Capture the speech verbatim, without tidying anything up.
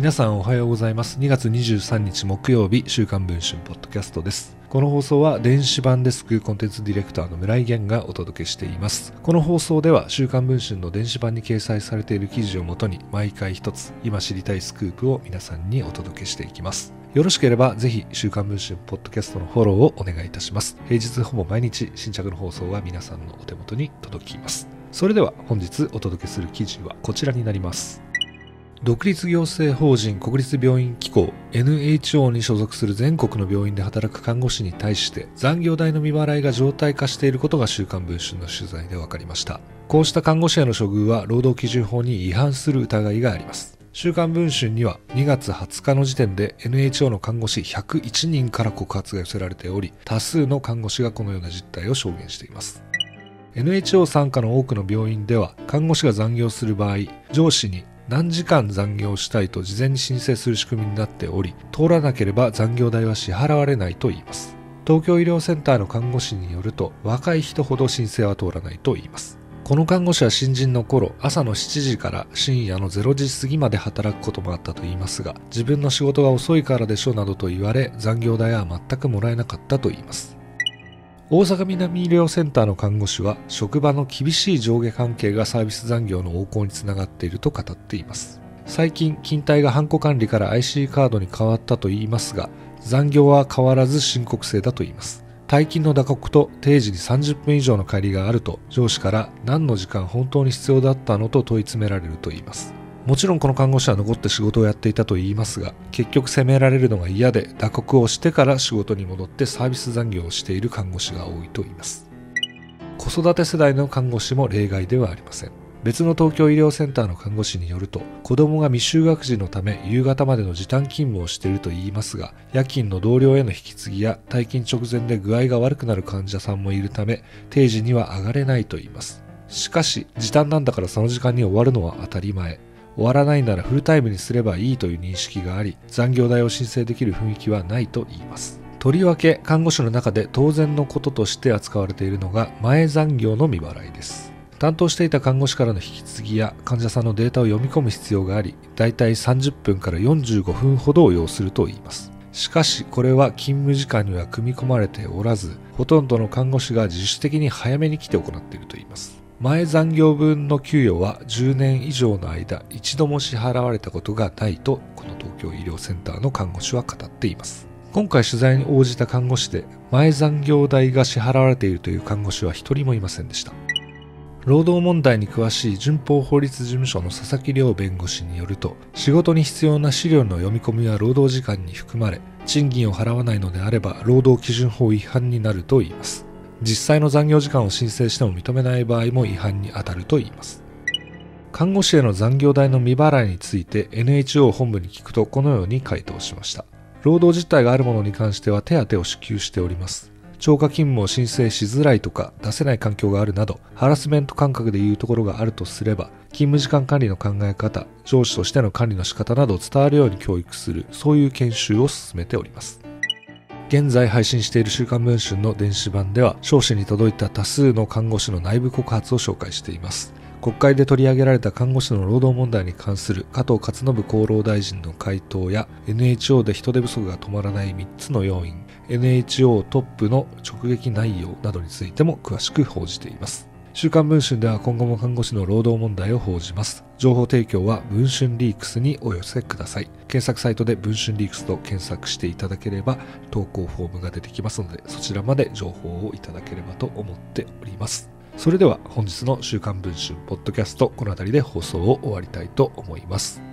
皆さんおはようございます。にがつにじゅうさんにち木曜日、週刊文春ポッドキャストです。この放送は電子版デスクコンテンツディレクターの村井源がお届けしています。この放送では週刊文春の電子版に掲載されている記事をもとに毎回一つ今知りたいスクープを皆さんにお届けしていきます。よろしければぜひ週刊文春ポッドキャストのフォローをお願いいたします。平日ほぼ毎日新着の放送は皆さんのお手元に届きます。それでは本日お届けする記事はこちらになります。独立行政法人国立病院機構 エヌエイチオー に所属する全国の病院で働く看護師に対して残業代の未払いが常態化していることが週刊文春の取材で分かりました。こうした看護師への処遇は労働基準法に違反する疑いがあります。週刊文春にはにがつはつかの時点で エヌエイチオー の看護師ひゃくいちにんから告発が寄せられており、多数の看護師がこのような実態を証言しています。エヌエイチオー 傘下の多くの病院では看護師が残業する場合、上司に何時間残業したいと事前に申請する仕組みになっており、通らなければ残業代は支払われないといいます。東京医療センターの看護師によると、若い人ほど申請は通らないといいます。この看護師は新人の頃、朝のしちじから深夜のれいじ過ぎまで働くこともあったといいますが、自分の仕事が遅いからでしょなどと言われ、残業代は全くもらえなかったといいます。大阪南医療センターの看護師は職場の厳しい上下関係がサービス残業の横行につながっていると語っています。最近勤怠がハンコ管理から アイシー カードに変わったといいますが、残業は変わらず申告制だといいます。退勤の打刻と定時にさんじゅっぷん以上の帰りがあると上司から何の時間本当に必要だったのと問い詰められるといいます。もちろんこの看護師は残って仕事をやっていたと言いますが、結局責められるのが嫌で打刻をしてから仕事に戻ってサービス残業をしている看護師が多いと言います。子育て世代の看護師も例外ではありません。別の東京医療センターの看護師によると、子供が未就学児のため夕方までの時短勤務をしていると言いますが、夜勤の同僚への引き継ぎや退勤直前で具合が悪くなる患者さんもいるため、定時には上がれないと言います。しかし時短なんだからその時間に終わるのは当たり前、終わらないならフルタイムにすればいいという認識があり、残業代を申請できる雰囲気はないと言います。とりわけ看護師の中で当然のこととして扱われているのが前残業の未払いです。担当していた看護師からの引き継ぎや患者さんのデータを読み込む必要があり、だいたいさんじゅっぷんからよんじゅうごふんほどを要すると言います。しかしこれは勤務時間には組み込まれておらず、ほとんどの看護師が自主的に早めに来て行っていると言います。前残業分の給与はじゅうねん以上の間一度も支払われたことがないと、この東京医療センターの看護師は語っています。今回取材に応じた看護師で前残業代が支払われているという看護師は一人もいませんでした。労働問題に詳しい順法法律事務所の佐々木亮弁護士によると、仕事に必要な資料の読み込みは労働時間に含まれ、賃金を払わないのであれば労働基準法違反になると言います。実際の残業時間を申請しても認めない場合も違反に当たると言います。看護師への残業代の未払いについて エヌエイチオー 本部に聞くとこのように回答しました。労働実態があるものに関しては手当を支給しております。超過勤務を申請しづらいとか出せない環境があるなどハラスメント感覚でいうところがあるとすれば、勤務時間管理の考え方、上司としての管理の仕方などを伝わるように教育する、そういう研修を進めております。現在配信している週刊文春の電子版では、上司に届いた多数の看護師の内部告発を紹介しています。国会で取り上げられた看護師の労働問題に関する加藤勝信厚労大臣の回答や エヌエイチオー で人手不足が止まらないみっつの要因、エヌエイチオー トップの直撃内容などについても詳しく報じています。週刊文春では今後も看護師の労働問題を報じます。情報提供は文春リークスにお寄せください。検索サイトで文春リークスと検索していただければ投稿フォームが出てきますので、そちらまで情報をいただければと思っております。それでは本日の週刊文春ポッドキャスト、この辺りで放送を終わりたいと思います。